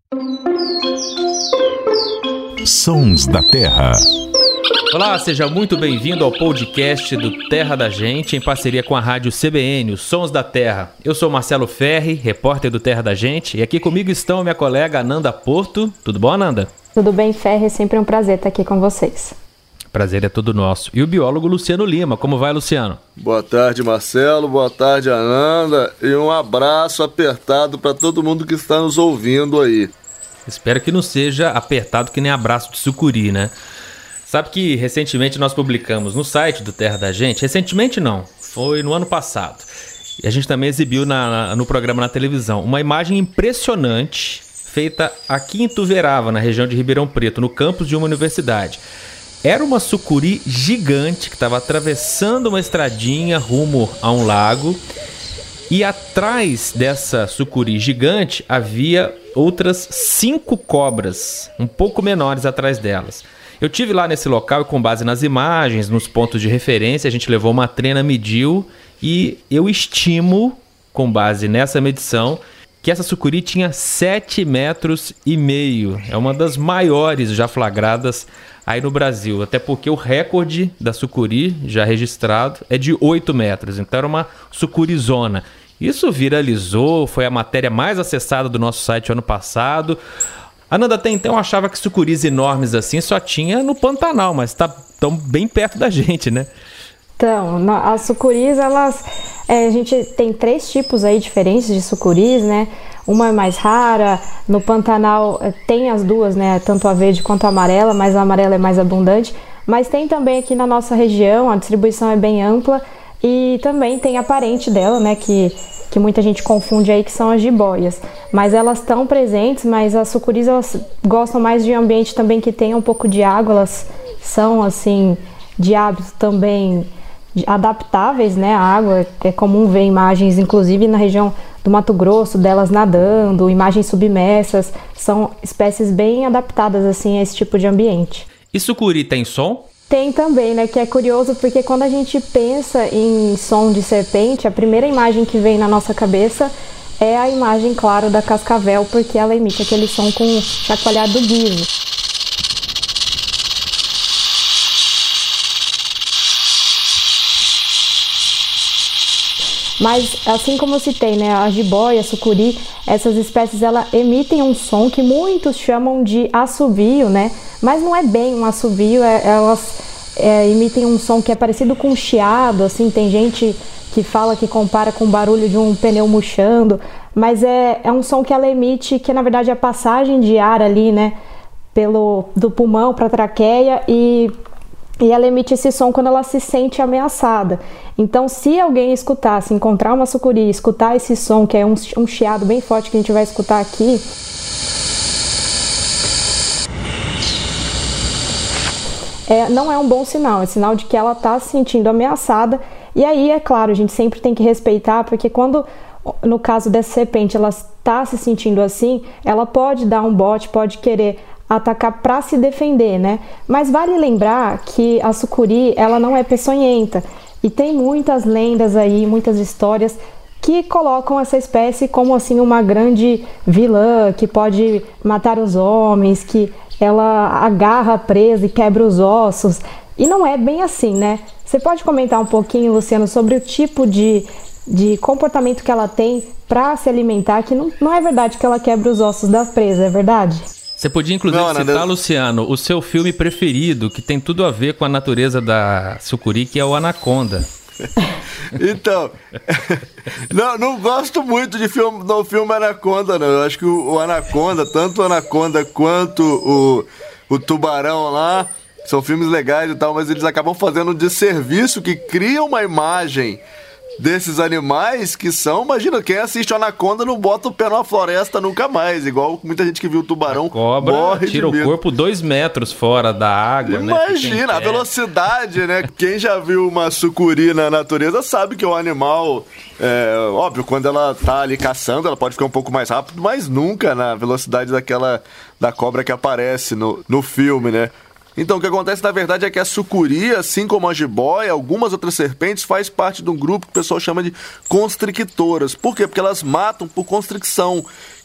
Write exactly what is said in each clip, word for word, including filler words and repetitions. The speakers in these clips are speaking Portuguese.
Sons da Terra. Olá, seja muito bem-vindo ao podcast do Terra da Gente, em parceria com a rádio C B N, os Sons da Terra. Eu sou Marcelo Ferri, repórter do Terra da Gente, e aqui comigo estão minha colega Ananda Porto. Tudo bom, Ananda? Tudo bem, Ferri, é sempre um prazer estar aqui com vocês. Prazer é todo nosso. E o biólogo Luciano Lima. Como vai, Luciano? Boa tarde, Marcelo. Boa tarde, Ananda. E um abraço apertado para todo mundo que está nos ouvindo aí. Espero que não seja apertado que nem abraço de sucuri, né? Sabe que recentemente nós publicamos no site do Terra da Gente, recentemente não, foi no ano passado, e a gente também exibiu na, no programa na televisão, uma imagem impressionante feita aqui em Tuverava, na região de Ribeirão Preto, no campus de uma universidade. Era uma sucuri gigante que estava atravessando uma estradinha rumo a um lago, e atrás dessa sucuri gigante havia outras cinco cobras, um pouco menores atrás delas. Eu tive lá nesse local e com base nas imagens, nos pontos de referência, a gente levou uma trena, mediu e eu estimo, com base nessa medição, que essa sucuri tinha sete metros e meio. É uma das maiores já flagradas aí no Brasil, até porque o recorde da sucuri já registrado é de oito metros, então era uma sucurizona. Isso viralizou, foi a matéria mais acessada do nosso site ano passado. Ananda, até então eu achava que sucuris enormes assim só tinha no Pantanal, mas tá tão bem perto da gente, né? Então, as sucuris, elas... É, a gente tem três tipos aí diferentes de sucuris, né? Uma é mais rara, no Pantanal tem as duas, né? Tanto a verde quanto a amarela, mas a amarela é mais abundante. Mas tem também aqui na nossa região, a distribuição é bem ampla. E também tem a parente dela, né? Que... que muita gente confunde aí, que são as jiboias. Mas elas estão presentes, mas as sucuris, elas gostam mais de ambiente também que tenha um pouco de água, elas são, assim, de hábitos também adaptáveis, né, à água. É comum ver imagens, inclusive na região do Mato Grosso, delas nadando, imagens submersas, são espécies bem adaptadas, assim, a esse tipo de ambiente. E sucuri tem som? Tem também, né, que é curioso porque quando a gente pensa em som de serpente, a primeira imagem que vem na nossa cabeça é a imagem, claro, da cascavel, porque ela emite aquele som com o chacoalhar do guiso. Mas, assim como eu citei, né, a jiboia, a sucuri, essas espécies, ela emitem um som que muitos chamam de assovio, né? Mas não é bem um assovio, é, elas é, emitem um som que é parecido com um chiado, assim, tem gente que fala que compara com o barulho de um pneu murchando, mas é, é um som que ela emite, que na verdade é a passagem de ar ali, né, pelo, do pulmão para a traqueia, e, e ela emite esse som quando ela se sente ameaçada. Então, se alguém escutar, se encontrar uma sucuri, escutar esse som, que é um, um chiado bem forte que a gente vai escutar aqui, É, não é um bom sinal, é sinal de que ela está se sentindo ameaçada. E aí, é claro, a gente sempre tem que respeitar, porque quando, no caso dessa serpente, ela está se sentindo assim, ela pode dar um bote, pode querer atacar para se defender, né? Mas vale lembrar que a sucuri, ela não é peçonhenta. E tem muitas lendas aí, muitas histórias que colocam essa espécie como assim uma grande vilã, que pode matar os homens, que ela agarra a presa e quebra os ossos, e não é bem assim, né? Você pode comentar um pouquinho, Luciano, sobre o tipo de, de comportamento que ela tem para se alimentar, que não, não é verdade que ela quebra os ossos da presa, é verdade? Você podia, inclusive, não, citar, não, não. Luciano, o seu filme preferido, que tem tudo a ver com a natureza da sucuri, que é o Anaconda. Então, não, não gosto muito de filme, do filme Anaconda, não. Eu acho que o, o Anaconda, tanto o Anaconda quanto o, o Tubarão lá, são filmes legais e tal, mas eles acabam fazendo um desserviço que cria uma imagem desses animais que são, imagina, quem assiste o Anaconda não bota o pé numa floresta nunca mais, igual muita gente que viu o tubarão a cobra morre tira de o corpo dois metros fora da água. Imagina, né? A velocidade, né? Quem já viu uma sucuri na natureza sabe que o animal, é, óbvio, quando ela tá ali caçando, ela pode ficar um pouco mais rápido, mas nunca na velocidade daquela, da cobra que aparece no, no filme, né? Então, o que acontece, na verdade, é que a sucuri, assim como a jiboia, algumas outras serpentes, faz parte de um grupo que o pessoal chama de constrictoras. Por quê? Porque elas matam por constricção,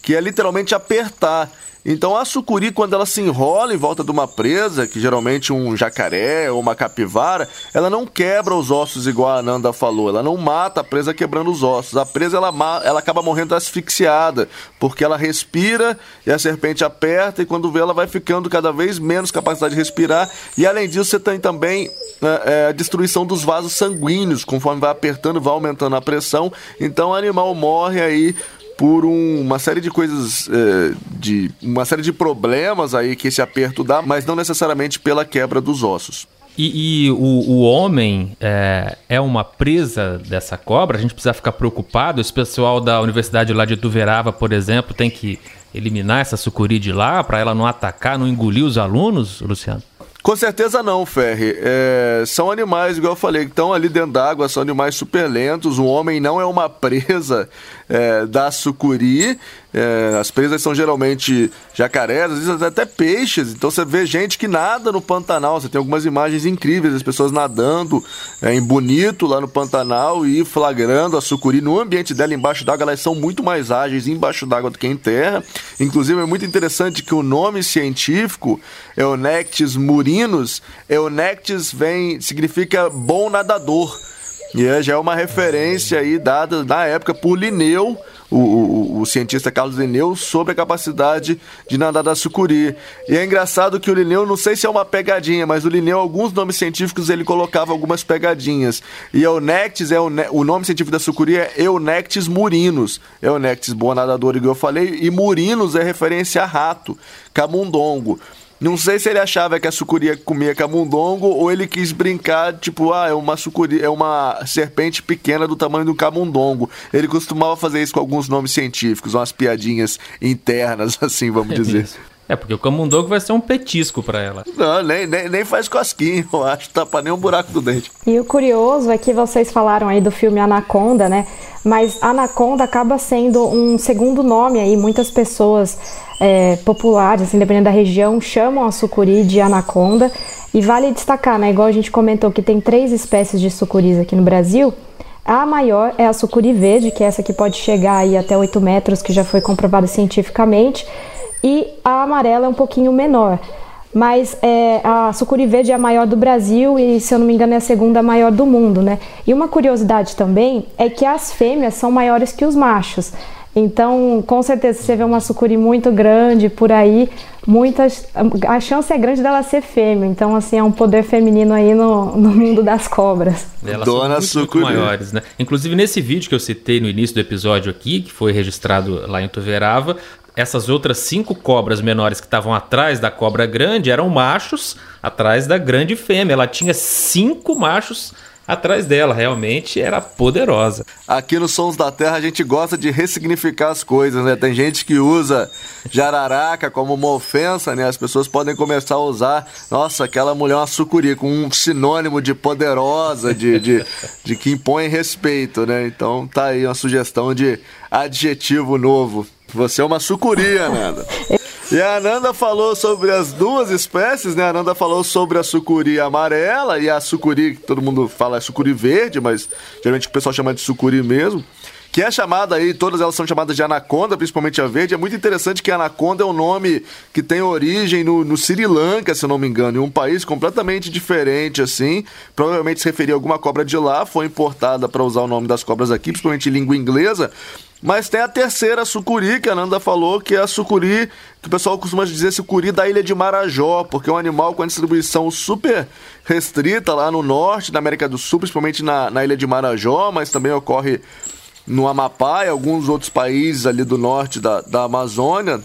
que é literalmente apertar. Então a sucuri, quando ela se enrola em volta de uma presa, que geralmente um jacaré ou uma capivara, ela não quebra os ossos igual a Ananda falou, ela não mata a presa quebrando os ossos. A presa ela, ela acaba morrendo asfixiada, porque ela respira e a serpente aperta, e quando vê ela vai ficando cada vez menos capacidade de respirar. E além disso você tem também é, a destruição dos vasos sanguíneos, conforme vai apertando, vai aumentando a pressão. Então o animal morre aí por um, uma série de coisas, é, de uma série de problemas aí que esse aperto dá, mas não necessariamente pela quebra dos ossos. E, e o, o homem é, é uma presa dessa cobra? A gente precisa ficar preocupado? Esse pessoal da Universidade lá de Ituverava, por exemplo, tem que eliminar essa sucuri de lá para ela não atacar, não engolir os alunos, Luciano? Com certeza não, Ferri. É, são animais, igual eu falei, que estão ali dentro d'água, são animais super lentos. O homem não é uma presa é, da sucuri. É, as presas são geralmente jacarés, às vezes até peixes. Então você vê gente que nada no Pantanal. Você tem algumas imagens incríveis, as pessoas nadando é, em Bonito lá no Pantanal e flagrando a sucuri no ambiente dela embaixo d'água. Elas são muito mais ágeis embaixo d'água do que em terra. Inclusive é muito interessante que o nome científico Eunectes murinus, Eunectes vem, significa bom nadador. E é, já é uma referência aí dada na época por Linneu, o, o, o cientista Carlos Linneu, sobre a capacidade de nadar da sucuri. E é engraçado que o Linneu, não sei se é uma pegadinha, mas o Linneu, alguns nomes científicos, ele colocava algumas pegadinhas. E Eunectes, é o, o nome científico da sucuri é Eunectes murinus. Eunectes, boa nadadora, igual eu falei, e murinus é referência a rato, camundongo. Não sei se ele achava que a sucuri comia camundongo ou ele quis brincar, tipo, ah, é uma sucuri, é uma serpente pequena do tamanho do camundongo. Ele costumava fazer isso com alguns nomes científicos, umas piadinhas internas, assim, vamos É dizer. isso. É, porque o camundongo vai ser um petisco pra ela. Não, nem, nem, nem faz cosquinha, eu acho, tapa nem um buraco do dente. E o curioso é que vocês falaram aí do filme Anaconda, né? Mas Anaconda acaba sendo um segundo nome aí, muitas pessoas é, populares, assim, dependendo da região, chamam a sucuri de anaconda. E vale destacar, né? Igual a gente comentou que tem três espécies de sucuris aqui no Brasil. A maior é a sucuri verde, que é essa que pode chegar aí até oito metros, que já foi comprovada cientificamente. E a amarela é um pouquinho menor, mas é, a sucuri verde é a maior do Brasil e, se eu não me engano, é a segunda maior do mundo, né? E uma curiosidade também é que as fêmeas são maiores que os machos. Então, com certeza, se você vê uma sucuri muito grande por aí, muitas, a chance é grande dela ser fêmea. Então, assim, é um poder feminino aí no, no mundo das cobras. Elas Dona são muito, muito maiores, né? Inclusive, nesse vídeo que eu citei no início do episódio aqui, que foi registrado lá em Ituverava, essas outras cinco cobras menores que estavam atrás da cobra grande eram machos atrás da grande fêmea. Ela tinha cinco machos atrás dela, realmente era poderosa. Aqui no Sons da Terra a gente gosta de ressignificar as coisas, né? Tem gente que usa jararaca como uma ofensa, né? As pessoas podem começar a usar, nossa, aquela mulher é uma sucuri, com um sinônimo de poderosa, de, de, de que impõe respeito, né? Então tá aí uma sugestão de adjetivo novo. Você é uma sucuri, Ananda. E a Ananda falou sobre as duas espécies, né? A Ananda falou sobre a sucuri amarela e a sucuri, que todo mundo fala é sucuri verde, mas geralmente o pessoal chama de sucuri mesmo. Que é chamada aí, todas elas são chamadas de anaconda, principalmente a verde. É muito interessante que a anaconda é um nome que tem origem no, no Sri Lanka, se eu não me engano, em um país completamente diferente, assim. Provavelmente se referia a alguma cobra de lá, foi importada para usar o nome das cobras aqui, principalmente em língua inglesa. Mas tem a terceira sucuri, que a Ananda falou, que é a sucuri, que o pessoal costuma dizer sucuri da ilha de Marajó, porque é um animal com a distribuição super restrita lá no norte da América do Sul, principalmente na, na ilha de Marajó, mas também ocorre no Amapá e alguns outros países ali do norte da, da Amazônia.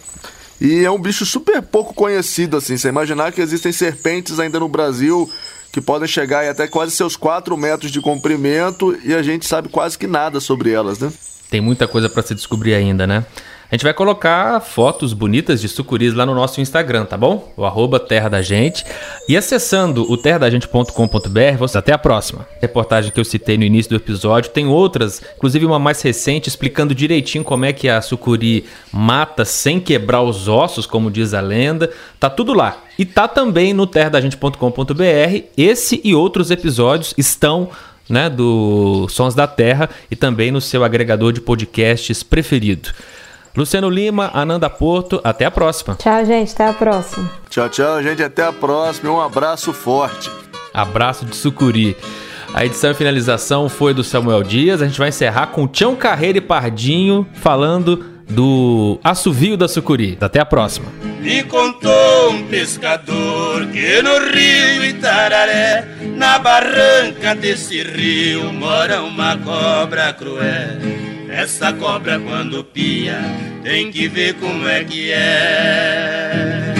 E é um bicho super pouco conhecido, assim. Você imaginar que existem serpentes ainda no Brasil que podem chegar aí até quase seus quatro metros de comprimento e a gente sabe quase que nada sobre elas, né? Tem muita coisa para se descobrir ainda, né? A gente vai colocar fotos bonitas de sucuris lá no nosso Instagram, tá bom? O arroba Terra da Gente. E acessando o terra da gente ponto com ponto b r, você até a próxima. A reportagem que eu citei no início do episódio, tem outras, inclusive uma mais recente, explicando direitinho como é que a sucuri mata sem quebrar os ossos, como diz a lenda. Tá tudo lá. E tá também no terra da gente ponto com ponto b r. Esse e outros episódios estão, né, do Sons da Terra e também no seu agregador de podcasts preferido. Luciano Lima, Ananda Porto, até a próxima. Tchau, gente, até a próxima. Tchau, tchau, gente, até a próxima. Um abraço forte. Abraço de sucuri. A edição e finalização foi do Samuel Dias. A gente vai encerrar com Tião Carreiro e Pardinho falando do assovio da sucuri. Até a próxima. Me contou um pescador que no rio Itararé, na barranca desse rio, mora uma cobra cruel. Essa cobra quando pia, tem que ver como é que é.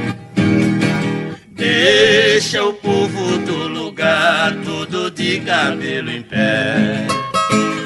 Deixa o povo do lugar tudo de cabelo em pé.